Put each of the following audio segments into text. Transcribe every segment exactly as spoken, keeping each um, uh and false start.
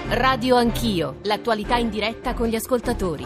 Radio Anch'io, l'attualità in diretta con gli ascoltatori.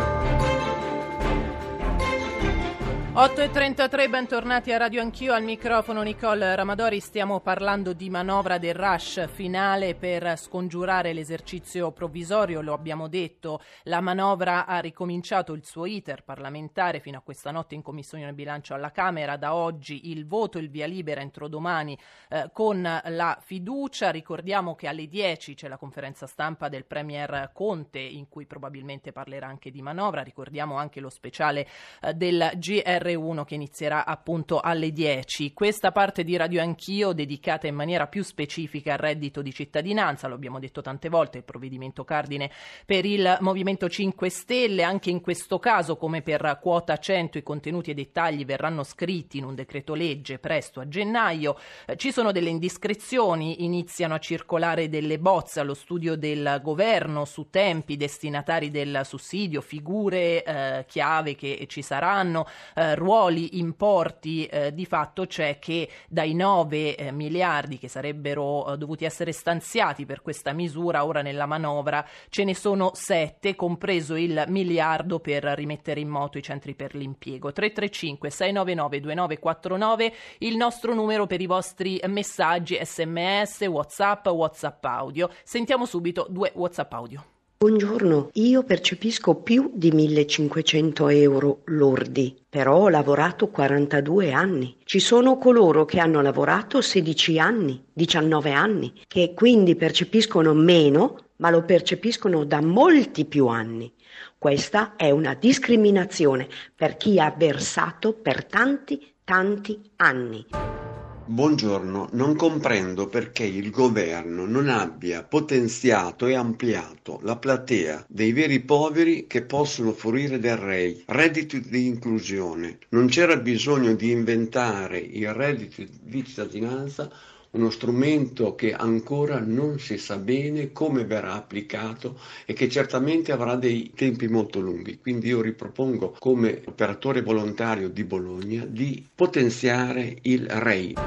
otto e trentatré, bentornati a Radio Anch'io, al microfono Nicole Ramadori. Stiamo parlando di manovra del rush finale per scongiurare l'esercizio provvisorio. Lo abbiamo detto, la manovra ha ricominciato il suo iter parlamentare fino a questa notte in Commissione Bilancio alla Camera. Da oggi il voto, il via libera entro domani eh, con la fiducia. Ricordiamo che alle dieci c'è la conferenza stampa del Premier Conte in cui probabilmente parlerà anche di manovra. Ricordiamo anche lo speciale eh, del G R uno che inizierà appunto alle dieci. Questa parte di Radio Anch'io dedicata in maniera più specifica al reddito di cittadinanza, lo abbiamo detto tante volte, il provvedimento cardine per il Movimento cinque Stelle. Anche in questo caso, come per quota cento, i contenuti e i dettagli verranno scritti in un decreto legge presto a gennaio. Eh, ci sono delle indiscrezioni, iniziano a circolare delle bozze allo studio del governo su tempi, destinatari del sussidio, figure eh, chiave che ci saranno, eh, ruoli, importi. Eh, di fatto c'è che dai nove eh, miliardi che sarebbero eh, dovuti essere stanziati per questa misura, ora nella manovra ce ne sono sette, compreso il miliardo per rimettere in moto i centri per l'impiego. tre tre cinque sei nove nove due nove quattro nove il nostro numero per i vostri messaggi, sms, whatsapp, whatsapp audio. Sentiamo subito due whatsapp audio. Buongiorno, io percepisco più di millecinquecento euro lordi, però ho lavorato quarantadue anni. Ci sono coloro che hanno lavorato sedici anni, diciannove anni, che quindi percepiscono meno, ma lo percepiscono da molti più anni. Questa è una discriminazione per chi ha versato per tanti, tanti anni. Buongiorno, non comprendo perché il governo non abbia potenziato e ampliato la platea dei veri poveri che possono fruire del R E I, reddito di inclusione. Non c'era bisogno di inventare il reddito di cittadinanza, uno strumento che ancora non si sa bene come verrà applicato e che certamente avrà dei tempi molto lunghi. Quindi io ripropongo come operatore volontario di Bologna di potenziare il R E I.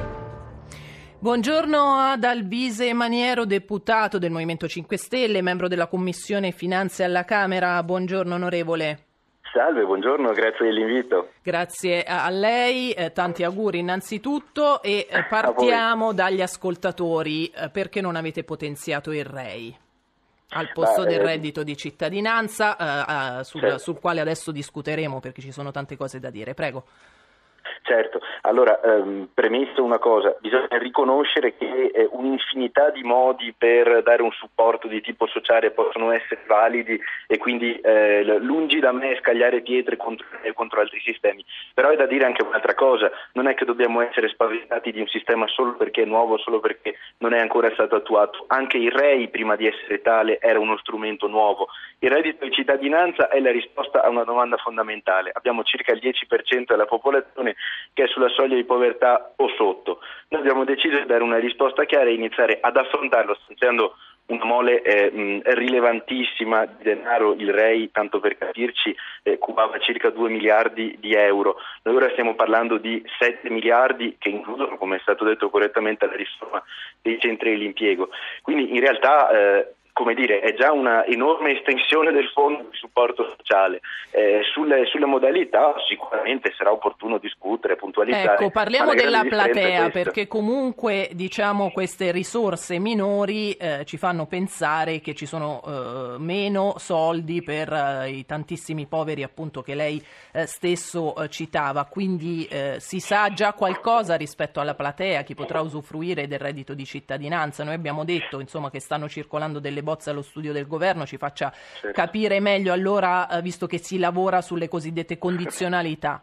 Buongiorno ad Alvise Maniero, deputato del Movimento cinque Stelle, membro della Commissione Finanze alla Camera. Buongiorno onorevole. Salve, buongiorno, grazie dell'invito. Grazie a lei, eh, tanti auguri innanzitutto e eh, partiamo dagli ascoltatori. Eh, perché non avete potenziato il R E I al posto Beh, del reddito di cittadinanza, eh, eh, sul, certo. sul quale adesso discuteremo perché ci sono tante cose da dire. Prego. Certo, allora ehm, premesso una cosa, bisogna riconoscere che eh, un'infinità di modi per dare un supporto di tipo sociale possono essere validi e quindi eh, lungi da me scagliare pietre contro, eh, contro altri sistemi, però è da dire anche un'altra cosa, non è che dobbiamo essere spaventati di un sistema solo perché è nuovo, solo perché non è ancora stato attuato. Anche il R E I prima di essere tale era uno strumento nuovo. Il reddito di cittadinanza è la risposta a una domanda fondamentale. Abbiamo circa il dieci per cento della popolazione che è sulla soglia di povertà o sotto. Noi abbiamo deciso di dare una risposta chiara e iniziare ad affrontarlo stanziando una mole eh, mh, rilevantissima di denaro. Il R E I, tanto per capirci, eh, cubava circa due miliardi di euro. Noi ora stiamo parlando di sette miliardi che includono, come è stato detto correttamente, la riforma dei centri dell'impiego. Quindi in realtà eh, come dire, è già una enorme estensione del fondo di supporto sociale. Eh, sulle, sulle modalità sicuramente sarà opportuno discutere, puntualizzare. Ecco, parliamo della platea, perché comunque diciamo queste risorse minori eh, ci fanno pensare che ci sono eh, meno soldi per eh, i tantissimi poveri appunto che lei eh, stesso eh, citava, quindi eh, si sa già qualcosa rispetto alla platea, chi potrà usufruire del reddito di cittadinanza. Noi abbiamo detto insomma che stanno circolando delle bozze allo studio del governo, ci faccia certo. capire meglio allora, eh, visto che si lavora sulle cosiddette condizionalità.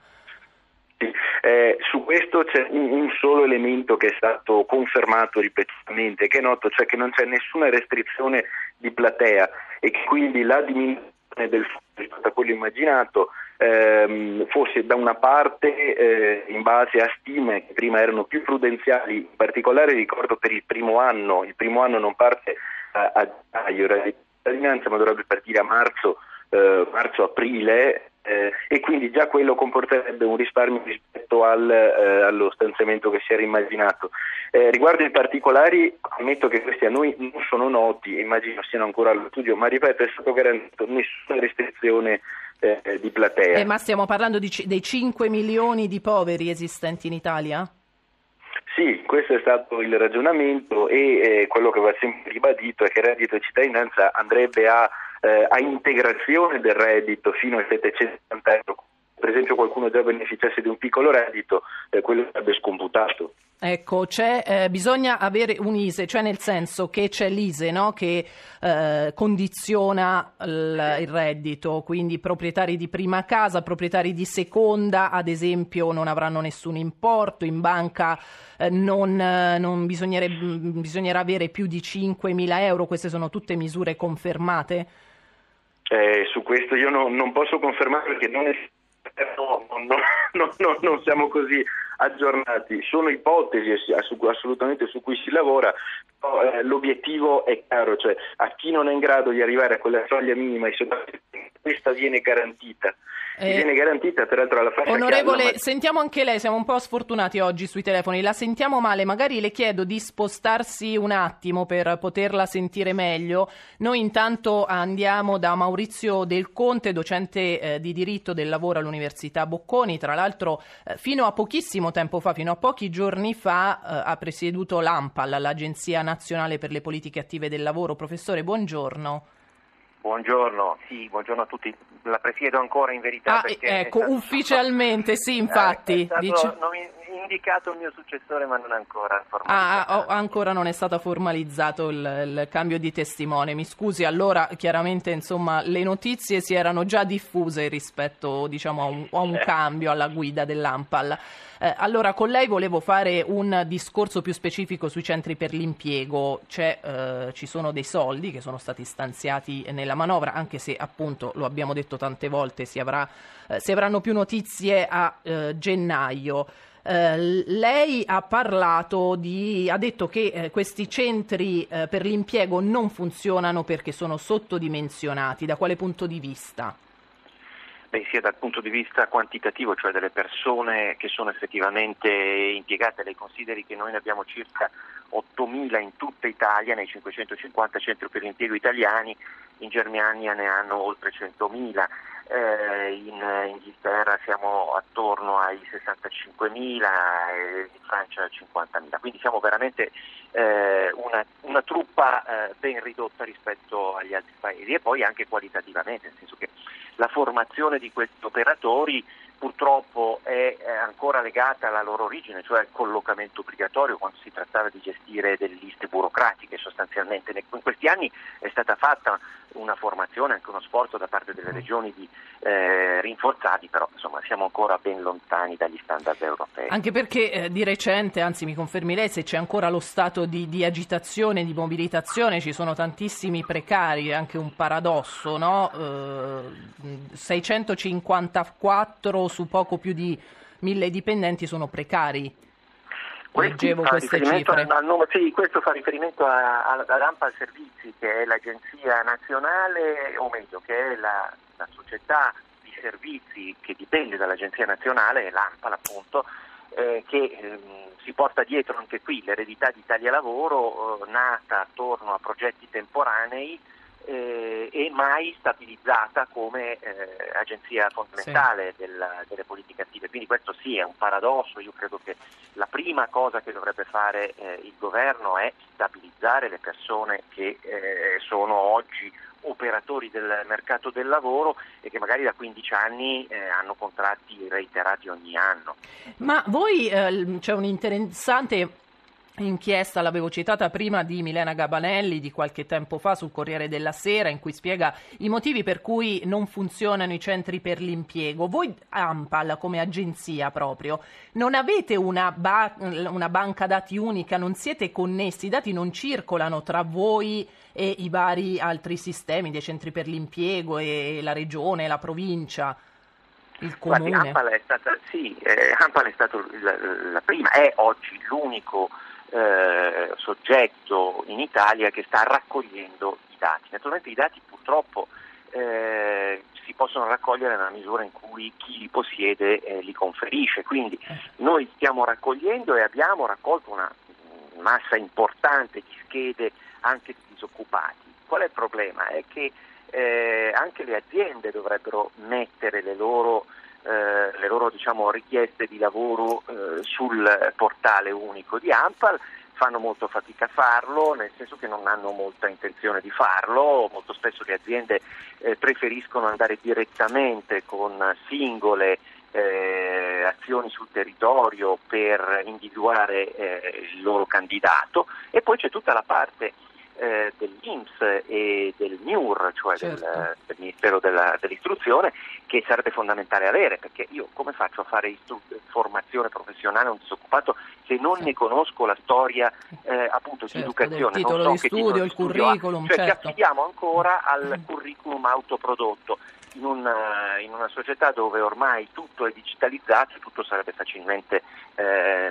Eh, su questo c'è un, un solo elemento che è stato confermato ripetutamente, che è noto, cioè che non c'è nessuna restrizione di platea e che quindi la diminuzione del fondo rispetto a quello immaginato ehm, fosse da una parte eh, in base a stime che prima erano più prudenziali. In particolare ricordo per il primo anno, il primo anno non parte a gennaio, la cittadinanza, ma dovrebbe partire a marzo, eh, marzo-aprile, Eh, e quindi già quello comporterebbe un risparmio rispetto al, eh, allo stanziamento che si era immaginato. Eh, riguardo i particolari, ammetto che questi a noi non sono noti, immagino siano ancora allo studio, ma ripeto, è stato garantito nessuna restrizione eh, di platea. Eh, ma stiamo parlando di, dei cinque milioni di poveri esistenti in Italia? Sì, questo è stato il ragionamento e eh, quello che va sempre ribadito è che il reddito di cittadinanza andrebbe a Eh, a integrazione del reddito fino ai settecentottanta euro. Per esempio qualcuno già beneficiasse di un piccolo reddito, eh, quello sarebbe scomputato. Ecco, c'è, eh, bisogna avere un I S E, cioè nel senso che c'è l'I S E, no? Che eh, condiziona il, il reddito, quindi proprietari di prima casa, proprietari di seconda, ad esempio, non avranno nessun importo, in banca eh, non, non bisognerà avere più di cinquemila euro, queste sono tutte misure confermate? Eh, su questo io no, non posso confermare perché non, è, no, no, no, no, non siamo così aggiornati. Sono ipotesi assolutamente su cui si lavora, però eh, l'obiettivo è chiaro, cioè a chi non è in grado di arrivare a quella soglia minima, questa viene garantita. Eh, viene garantita peraltro alla fascia Onorevole, che hanno... sentiamo anche lei, siamo un po' sfortunati oggi sui telefoni, la sentiamo male, magari le chiedo di spostarsi un attimo per poterla sentire meglio. Noi intanto andiamo da Maurizio Del Conte, docente eh, di diritto del lavoro all'Università Bocconi, tra l'altro eh, fino a pochissimo tempo fa, fino a pochi giorni fa eh, ha presieduto l'ANPAL, l'Agenzia Nazionale per le Politiche Attive del Lavoro. Professore, buongiorno. Buongiorno, sì, buongiorno a tutti. La presiedo ancora in verità. Ah, perché ecco, stato, ufficialmente, sì, infatti. È stato dice... indicato il mio successore, ma non ancora formalizzato. Ah, oh, ancora non è stato formalizzato il, il cambio di testimone. Mi scusi, allora chiaramente insomma le notizie si erano già diffuse rispetto, diciamo, a un, a un cambio alla guida dell'ANPAL. Eh, allora, con lei volevo fare un discorso più specifico sui centri per l'impiego. C'è, eh, ci sono dei soldi che sono stati stanziati nella manovra, anche se appunto, lo abbiamo detto tante volte, si, avrà, eh, si avranno più notizie a eh, gennaio. Eh, lei ha parlato di, ha detto che eh, questi centri eh, per l'impiego non funzionano perché sono sottodimensionati. Da quale punto di vista? Beh, sia dal punto di vista quantitativo, cioè delle persone che sono effettivamente impiegate. Lei consideri che noi ne abbiamo circa ottomila in tutta Italia, nei cinquecentocinquanta centri per l'impiego italiani, in Germania ne hanno oltre centomila. Eh, in Inghilterra siamo attorno ai sessantacinquemila e in Francia cinquantamila, quindi siamo veramente eh, una, una truppa eh, ben ridotta rispetto agli altri paesi, e poi anche qualitativamente, nel senso che la formazione di questi operatori purtroppo è ancora legata alla loro origine, cioè al collocamento obbligatorio, quando si trattava di gestire delle liste burocratiche sostanzialmente. In questi anni è stata fatta una formazione, anche uno sforzo da parte delle regioni di eh, rinforzarli, però insomma siamo ancora ben lontani dagli standard europei. Anche perché eh, di recente, anzi mi confermi lei, se c'è ancora lo stato di, di agitazione, di mobilitazione, ci sono tantissimi precari, è anche un paradosso, no? Eh, seicentocinquantaquattro su poco più di mille dipendenti sono precari. Leggevo queste cifre. Al numero, sì, questo fa riferimento ad ANPAL Servizi, che è l'agenzia nazionale, o meglio, che è la, la società di servizi che dipende dall'agenzia nazionale, l'ANPAL appunto, eh, che eh, si porta dietro anche qui l'eredità di Italia Lavoro, eh, nata attorno a progetti temporanei, Eh, e mai stabilizzata come eh, agenzia fondamentale sì. del, delle politiche attive. Quindi questo sì è un paradosso. Io credo che la prima cosa che dovrebbe fare eh, il governo è stabilizzare le persone che eh, sono oggi operatori del mercato del lavoro e che magari da quindici anni eh, hanno contratti reiterati ogni anno. Ma voi eh, c'è un interessante inchiesta, l'avevo citata prima, di Milena Gabanelli di qualche tempo fa sul Corriere della Sera, in cui spiega i motivi per cui non funzionano i centri per l'impiego. Voi ANPAL come agenzia proprio non avete una, ba- una banca dati unica, non siete connessi, i dati non circolano tra voi e i vari altri sistemi dei centri per l'impiego e la regione, la provincia, il comune? Guardi, ANPAL è stata, sì, eh, ANPAL è stato la, la prima, è oggi l'unico Eh, soggetto in Italia che sta raccogliendo i dati. Naturalmente i dati purtroppo eh, si possono raccogliere nella misura in cui chi li possiede eh, li conferisce. Quindi noi stiamo raccogliendo e abbiamo raccolto una massa importante di schede anche di disoccupati. Qual è il problema? È che eh, anche le aziende dovrebbero mettere le loro Eh, le loro diciamo, richieste di lavoro eh, sul portale unico di ANPAL. Fanno molto fatica a farlo, nel senso che non hanno molta intenzione di farlo. Molto spesso le aziende eh, preferiscono andare direttamente con singole eh, azioni sul territorio per individuare eh, il loro candidato, e poi c'è tutta la parte Eh, dell'I N P S e del M I U R, cioè certo. del, del Ministero della, dell'Istruzione, che sarebbe fondamentale avere, perché io come faccio a fare istru- formazione professionale a un disoccupato se non sì. ne conosco la storia eh, appunto certo, di educazione, il titolo non di so studio, che il curriculum, cioè certo. ci affidiamo ancora al curriculum autoprodotto. In una, in una società dove ormai tutto è digitalizzato, tutto sarebbe facilmente eh,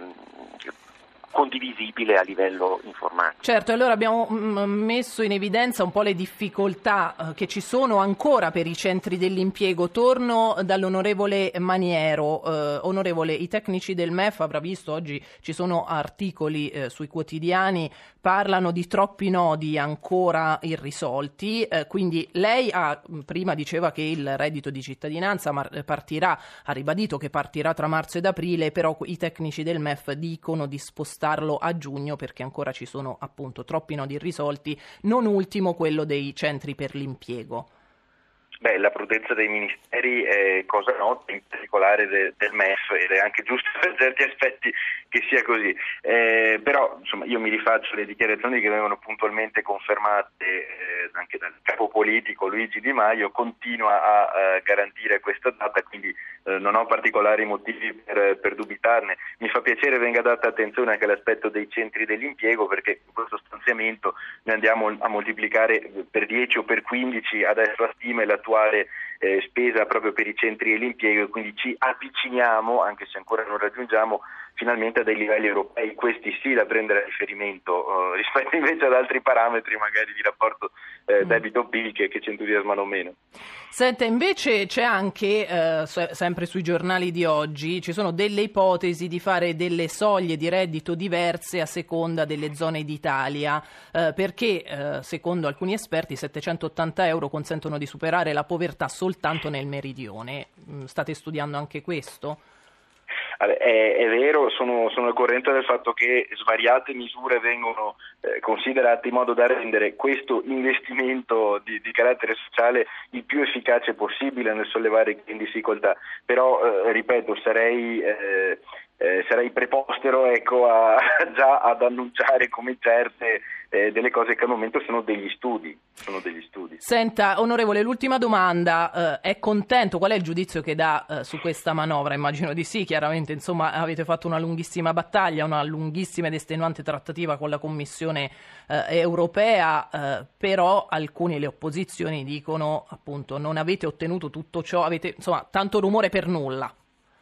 condivisibile a livello informatico. Certo, allora abbiamo mh, messo in evidenza un po' le difficoltà eh, che ci sono ancora per i centri dell'impiego. Torno dall'onorevole Maniero. Eh, onorevole, i tecnici del M E F, avrà visto oggi ci sono articoli eh, sui quotidiani, parlano di troppi nodi ancora irrisolti, eh, quindi lei ha, prima diceva che il reddito di cittadinanza mar- partirà, ha ribadito che partirà tra marzo ed aprile, però i tecnici del M E F dicono di spostarlo a giugno perché ancora ci sono appunto troppi nodi irrisolti, non ultimo quello dei centri per l'impiego. Beh, la prudenza dei ministeri è cosa nota, in particolare de, del M E F, ed è anche giusto per certi aspetti che sia così. Eh, però insomma io mi rifaccio alle dichiarazioni che vengono puntualmente confermate eh, anche dal capo politico Luigi Di Maio, continua a, a garantire questa data, quindi eh, non ho particolari motivi per, per dubitarne. Mi fa piacere venga data attenzione anche all'aspetto dei centri dell'impiego, perché in questo stanziamento ne andiamo a moltiplicare per dieci o per quindici adesso a stime l'attuale eh, spesa proprio per i centri dell'impiego, e quindi ci avviciniamo, anche se ancora non raggiungiamo, finalmente a dei livelli europei, questi sì da prendere a riferimento eh, rispetto invece ad altri parametri magari di rapporto eh, debito-P I L che, che ci entusiasmano meno. Senta, invece c'è anche, eh, sempre sui giornali di oggi, ci sono delle ipotesi di fare delle soglie di reddito diverse a seconda delle zone d'Italia, eh, perché eh, secondo alcuni esperti settecentottanta euro consentono di superare la povertà soltanto nel meridione. State studiando anche questo? È, è vero, sono, sono al corrente del fatto che svariate misure vengono eh, considerate in modo da rendere questo investimento di, di carattere sociale il più efficace possibile nel sollevare chi è in difficoltà, però eh, ripeto, sarei, eh, eh, sarei prepostero ecco, a, già ad annunciare come certe eh, delle cose che al momento sono degli studi. Sono degli studi. Senta, onorevole, l'ultima domanda, eh, è contento? Qual è il giudizio che dà eh, su questa manovra? Immagino di sì, chiaramente, insomma avete fatto una lunghissima battaglia, una lunghissima ed estenuante trattativa con la Commissione eh, europea, eh, però alcuni, le opposizioni, dicono appunto non avete ottenuto tutto ciò, avete insomma tanto rumore per nulla.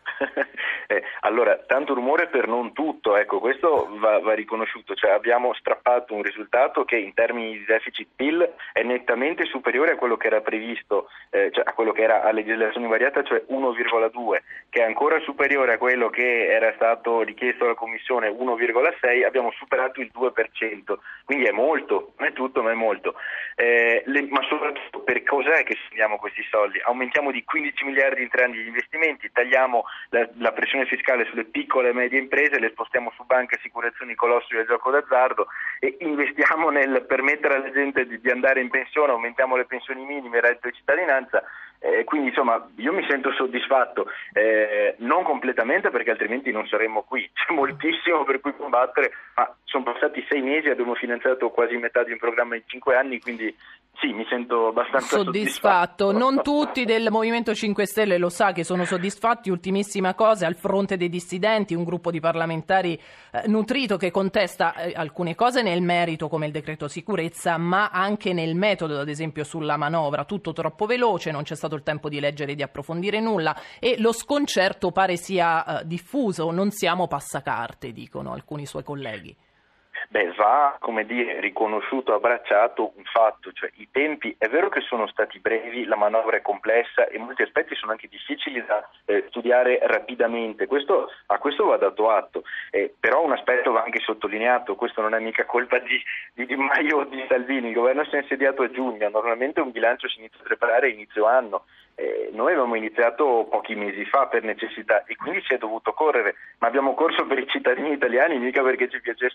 Eh, allora, tanto rumore per non tutto, ecco, questo va, va riconosciuto, cioè abbiamo strappato un risultato che in termini di deficit P I L è nettamente superiore a quello che era previsto, eh, cioè a quello che era a legislazione variata, cioè uno virgola due, che è ancora superiore a quello che era stato richiesto dalla Commissione, uno virgola sei, abbiamo superato il due per cento, quindi è molto, non è tutto ma è molto. Eh, le, ma soprattutto per cos'è che spendiamo questi soldi? Aumentiamo di quindici miliardi in tre anni gli investimenti, tagliamo la, la pressione fiscale sulle piccole e medie imprese, le spostiamo su banche, assicurazioni, colossi del gioco d'azzardo e investiamo nel permettere alla gente di, di andare in pensione, aumentiamo le pensioni minime, il reddito di cittadinanza. Eh, quindi insomma io mi sento soddisfatto, eh, non completamente perché altrimenti non saremmo qui, c'è moltissimo per cui combattere, ma sono passati sei mesi e abbiamo finanziato quasi metà di un programma in cinque anni, quindi sì, mi sento abbastanza soddisfatto. soddisfatto. Non tutti del Movimento cinque Stelle lo sa che sono soddisfatti. Ultimissima cosa, al fronte dei dissidenti, un gruppo di parlamentari eh, nutrito che contesta eh, alcune cose nel merito come il decreto sicurezza, ma anche nel metodo, ad esempio sulla manovra, tutto troppo veloce, non c'è stato il tempo di leggere e di approfondire nulla e lo sconcerto pare sia eh, diffuso, non siamo passacarte, dicono alcuni suoi colleghi. Beh, va, come dire, riconosciuto, abbracciato un fatto, cioè i tempi è vero che sono stati brevi, la manovra è complessa e molti aspetti sono anche difficili da eh, studiare rapidamente, questo, a questo va dato atto, eh, però un aspetto va anche sottolineato, questo non è mica colpa di, di Di Maio o di Salvini, il governo si è insediato a giugno, normalmente un bilancio si inizia a preparare a inizio anno. Eh, noi abbiamo iniziato pochi mesi fa per necessità e quindi si è dovuto correre, ma abbiamo corso per i cittadini italiani, mica perché ci piacesse.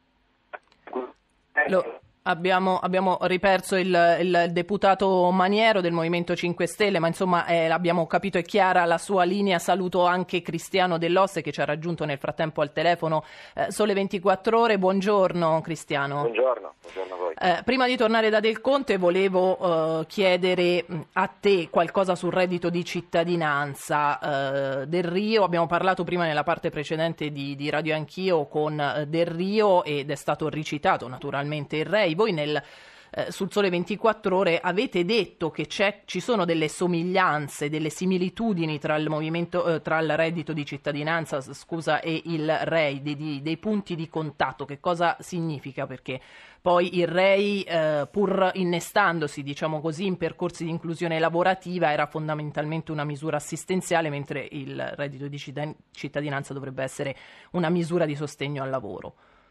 Lo, abbiamo, abbiamo riperso il, il deputato Maniero del Movimento cinque Stelle, ma insomma eh, l'abbiamo capito, è chiara la sua linea. Saluto anche Cristiano Dell'Osse che ci ha raggiunto nel frattempo al telefono. eh, Sole ventiquattro Ore, buongiorno Cristiano. Buongiorno, buongiorno a voi. Eh, prima di tornare da Del Conte volevo eh, chiedere a te qualcosa sul reddito di cittadinanza. eh, Del Rio, abbiamo parlato prima nella parte precedente di, di Radio Anch'io con eh, Del Rio ed è stato ricitato naturalmente il Rei. Voi nel, eh, sul Sole ventiquattro Ore avete detto che c'è, ci sono delle somiglianze, delle similitudini tra il movimento, eh, tra il reddito di cittadinanza scusa, e il Rei, dei, dei, dei punti di contatto. Che cosa significa? Perché poi il Rei, eh, pur innestandosi, diciamo così, in percorsi di inclusione lavorativa, era fondamentalmente una misura assistenziale, mentre il reddito di cittadinanza dovrebbe essere una misura di sostegno al lavoro.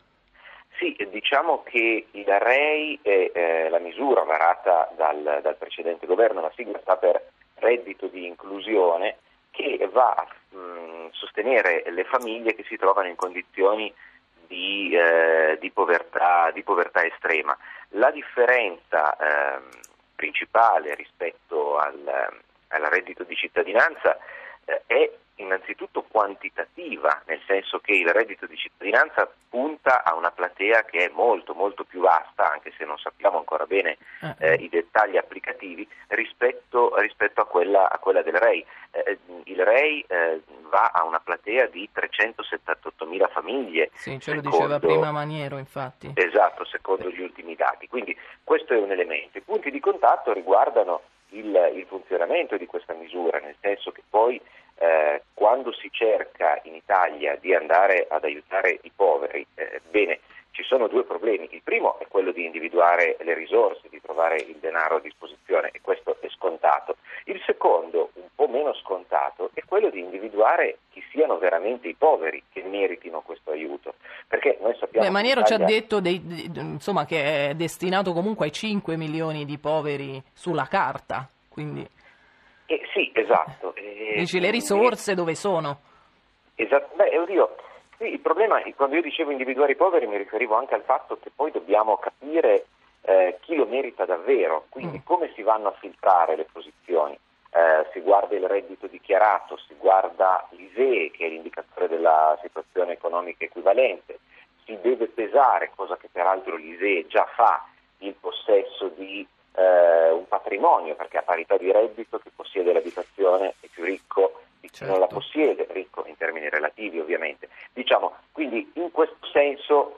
Sì, diciamo che il Rei è eh, la misura varata dal, dal precedente governo, la sigla sta per reddito di inclusione, che va a mh, sostenere le famiglie che si trovano in condizioni Di, eh, di, povertà, di povertà estrema. La differenza eh, principale rispetto al, al reddito di cittadinanza eh, è innanzitutto quantitativa, nel senso che il reddito di cittadinanza punta a una platea che è molto molto più vasta, anche se non sappiamo ancora bene eh, i dettagli applicativi rispetto, rispetto a, quella, a quella del Rei. Eh, il Rei eh, va a una platea di trecentosettantottomila famiglie. Sì, ce lo secondo, diceva prima Maniero, infatti. Esatto, secondo gli ultimi dati. Quindi questo è un elemento. I punti di contatto riguardano il, il funzionamento di questa misura, nel senso che poi eh, quando si cerca in Italia di andare ad aiutare i poveri, eh, bene, ci sono due problemi. Il primo è quello di individuare le risorse, di trovare il denaro a disposizione, e questo è scontato. Il secondo, un po' meno scontato, è quello di individuare chi siano veramente i poveri che meritino questo aiuto. Perché noi sappiamo. Beh, Maniero che l'Italia... ci ha detto dei, di, insomma, che è destinato comunque ai cinque milioni di poveri sulla carta. Quindi... Eh, sì, esatto. Eh, Dici le risorse eh, dove sono? Esatto. Beh, oddio. Sì, il problema, quando io dicevo individuare i poveri, mi riferivo anche al fatto che poi dobbiamo capire eh, chi lo merita davvero, quindi mm. come si vanno a filtrare le posizioni. Eh, si guarda il reddito dichiarato, si guarda l'I S E E, che è l'indicatore della situazione economica equivalente, si deve pesare, cosa che peraltro l'I S E E già fa, il possesso di eh, un patrimonio, perché a parità di reddito chi possiede l'abitazione è più ricco di chi certo. non la possiede, ricco in termini relativi ovviamente. Diciamo, quindi in questo senso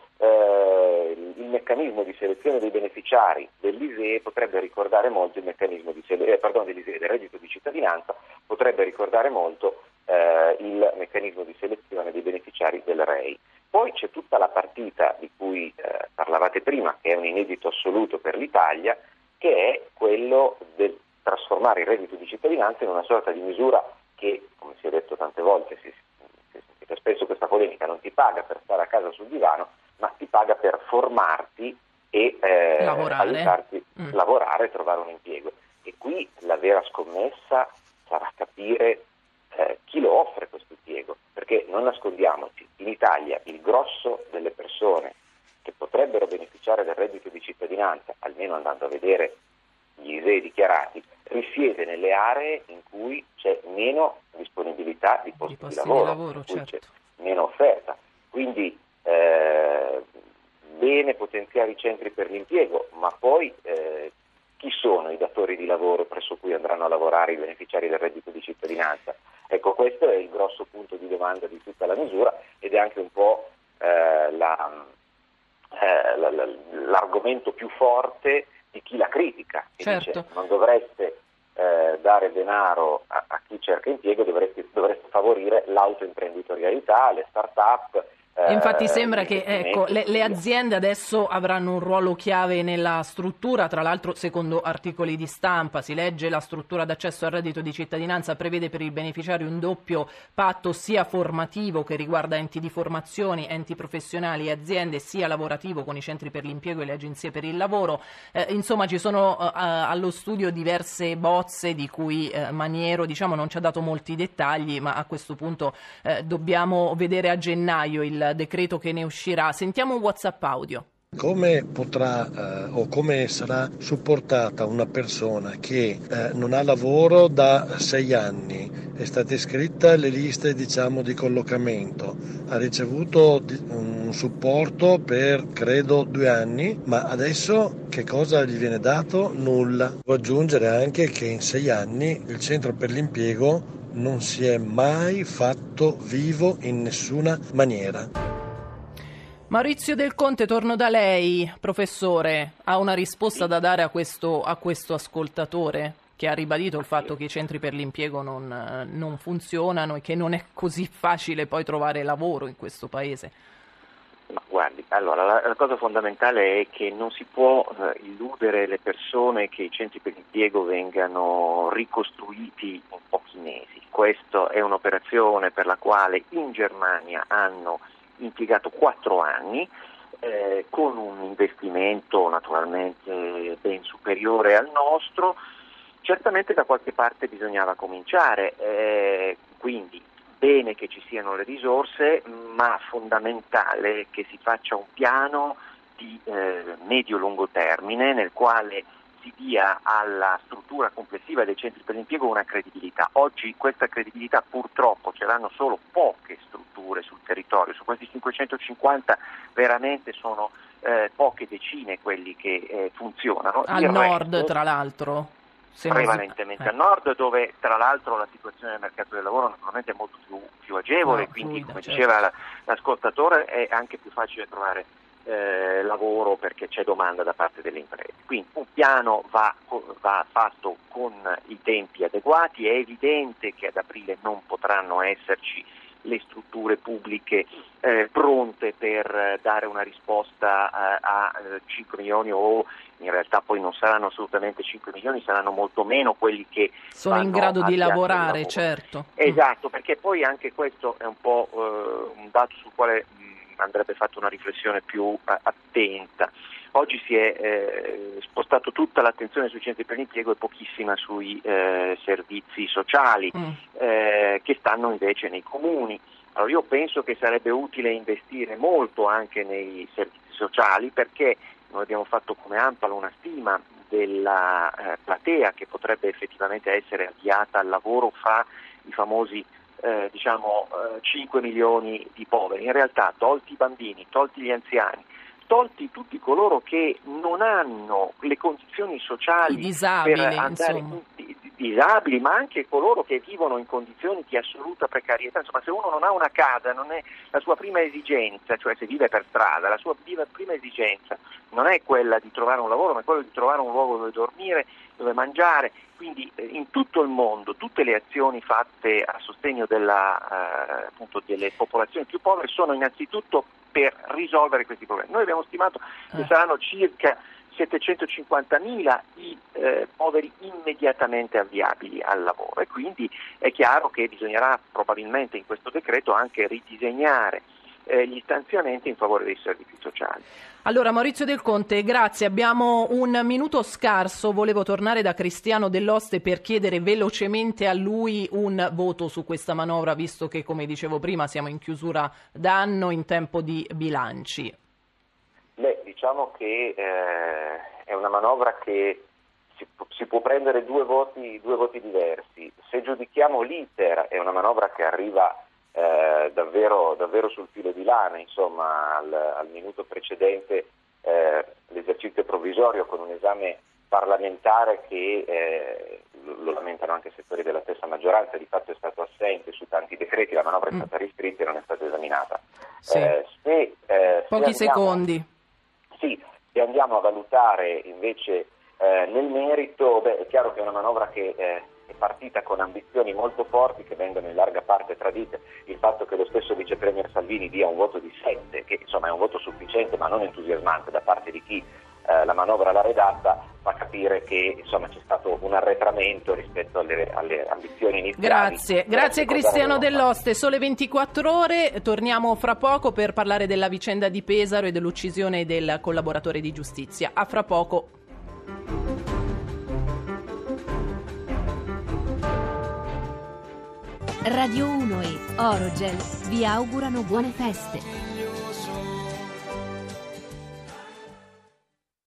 eh, il meccanismo di selezione dei beneficiari dell'I S E E potrebbe ricordare molto il meccanismo di sele- eh, pardon, dell'I S E E, del reddito di cittadinanza, potrebbe ricordare molto eh, il meccanismo di selezione dei beneficiari del Rei. Poi c'è tutta la partita di cui eh, parlavate prima, che è un inedito assoluto per l'Italia, che è quello del trasformare il reddito di cittadinanza in una sorta di misura che, come si è detto tante volte, si, si sentite spesso questa polemica, non ti paga per stare a casa sul divano, ma ti paga per formarti e eh, aiutarti a mm. lavorare e trovare un impiego. E qui la vera scommessa sarà capire eh, chi lo offre questo impiego, perché non nascondiamoci, in Italia il grosso delle persone che potrebbero beneficiare del reddito di cittadinanza, almeno andando a vedere gli I S E E dichiarati, risiede nelle aree in cui c'è meno disponibilità di posti di, di lavoro, di lavoro certo. c'è meno offerta. Quindi eh, bene potenziare i centri per l'impiego, ma poi eh, chi sono i datori di lavoro presso cui andranno a lavorare i beneficiari del reddito di cittadinanza? Ecco, questo è il grosso punto di domanda di tutta la misura ed è anche un po' eh, la, eh, la, la, l'argomento più forte di chi la critica, che certo. dice non dovreste eh, dare denaro a, a chi cerca impiego, dovreste, dovreste favorire l'autoimprenditorialità, le start-up, Infatti sembra che ecco, le, le aziende adesso avranno un ruolo chiave nella struttura, tra l'altro secondo articoli di stampa si legge la struttura d'accesso al reddito di cittadinanza prevede per il beneficiario un doppio patto sia formativo che riguarda enti di formazione, enti professionali e aziende, sia lavorativo con i centri per l'impiego e le agenzie per il lavoro. Eh, insomma ci sono eh, allo studio diverse bozze di cui eh, Maniero diciamo, non ci ha dato molti dettagli, ma a questo punto eh, dobbiamo vedere a gennaio il decreto che ne uscirà. Sentiamo un WhatsApp audio. Come potrà eh, o come sarà supportata una persona che eh, non ha lavoro da sei anni, è stata iscritta alle liste diciamo di collocamento, ha ricevuto un supporto per credo due anni, ma adesso che cosa gli viene dato? Nulla. Devo aggiungere anche che in sei anni il centro per l'impiego non si è mai fatto vivo in nessuna maniera. Maurizio Del Conte, torno da lei, professore. Ha una risposta da dare a questo, a questo ascoltatore che ha ribadito il fatto che i centri per l'impiego non, non funzionano e che non è così facile poi trovare lavoro in questo paese? Ma guardi, allora la, la cosa fondamentale è che non si può eh, illudere le persone che i centri per l'impiego vengano ricostruiti in pochi mesi. Questa è un'operazione per la quale in Germania hanno impiegato quattro anni eh, con un investimento naturalmente ben superiore al nostro. Certamente da qualche parte bisognava cominciare, eh, quindi bene che ci siano le risorse, ma fondamentale che si faccia un piano di eh, medio-lungo termine nel quale si dia alla struttura complessiva dei centri per l'impiego una credibilità. Oggi questa credibilità purtroppo ce l'hanno solo poche strutture sul territorio, su questi cinquecentocinquanta veramente sono eh, poche decine quelli che eh, funzionano. Al Il nord resto, tra l'altro. prevalentemente eh. al nord, dove tra l'altro la situazione del mercato del lavoro naturalmente è molto più, più agevole, no, quindi fluida, come certo. diceva la, l'ascoltatore è anche più facile trovare eh, lavoro perché c'è domanda da parte delle imprese. Quindi un piano va, va fatto con i tempi adeguati, è evidente che ad aprile non potranno esserci le strutture pubbliche eh, pronte per dare una risposta a, a cinque milioni o in realtà poi non saranno assolutamente cinque milioni, saranno molto meno quelli che sono in grado di lavorare, lavoro. certo. Esatto, perché poi anche questo è un po' eh, un dato sul quale mh, andrebbe fatta una riflessione più uh, attenta. Oggi si è eh, spostato tutta l'attenzione sui centri per l'impiego e pochissima sui eh, servizi sociali mm. eh, che stanno invece nei comuni. Allora io penso che sarebbe utile investire molto anche nei servizi sociali, perché noi abbiamo fatto come ANPAL una stima della eh, platea che potrebbe effettivamente essere avviata al lavoro fra i famosi eh, diciamo eh, cinque milioni di poveri. In realtà, tolti i bambini, tolti gli anziani, tolti tutti coloro che non hanno le condizioni sociali, i disabili, per andare insomma. In, disabili, ma anche coloro che vivono in condizioni di assoluta precarietà. Insomma, se uno non ha una casa, non è la sua prima esigenza, cioè se vive per strada, la sua prima esigenza non è quella di trovare un lavoro, ma è quella di trovare un luogo dove dormire, dove mangiare. Quindi eh, in tutto il mondo tutte le azioni fatte a sostegno della, eh, appunto delle popolazioni più povere sono innanzitutto per risolvere questi problemi. Noi abbiamo stimato che eh. saranno circa settecentocinquantamila i eh, poveri immediatamente avviabili al lavoro, e quindi è chiaro che bisognerà probabilmente in questo decreto anche ridisegnare eh, gli stanziamenti in favore dei servizi sociali. Allora Maurizio Del Conte, grazie. Abbiamo un minuto scarso, volevo tornare da Cristiano Dell'Oste per chiedere velocemente a lui un voto su questa manovra, visto che, come dicevo prima, siamo in chiusura d'anno in tempo di bilanci. Beh, diciamo che eh, è una manovra che si, si può prendere due voti, due voti diversi. Se giudichiamo l'iter, è una manovra che arriva eh, davvero, davvero sul filo di lana, insomma, al, al minuto precedente eh, l'esercizio provvisorio con un esame parlamentare che eh, lo, lo lamentano anche settori della stessa maggioranza, di fatto è stato assente su tanti decreti, la manovra è stata riscritta e non è stata esaminata. Sì. Eh, se, eh, Pochi se andiamo, secondi. Sì, se andiamo a valutare invece eh, nel merito, beh, è chiaro che è una manovra che eh, è partita con ambizioni molto forti che vengono in larga parte tradite. Il fatto che lo stesso vice premier Salvini dia un voto di sette, che insomma è un voto sufficiente ma non entusiasmante da parte di chi eh, la manovra l'ha redatta, fa capire che insomma c'è stato un arretramento rispetto alle, alle ambizioni iniziali. Grazie, grazie Cristiano Dell'Oste. Sole ventiquattro ore, torniamo fra poco per parlare della vicenda di Pesaro e dell'uccisione del collaboratore di giustizia. A fra poco. Radio uno e Orogel vi augurano buone feste.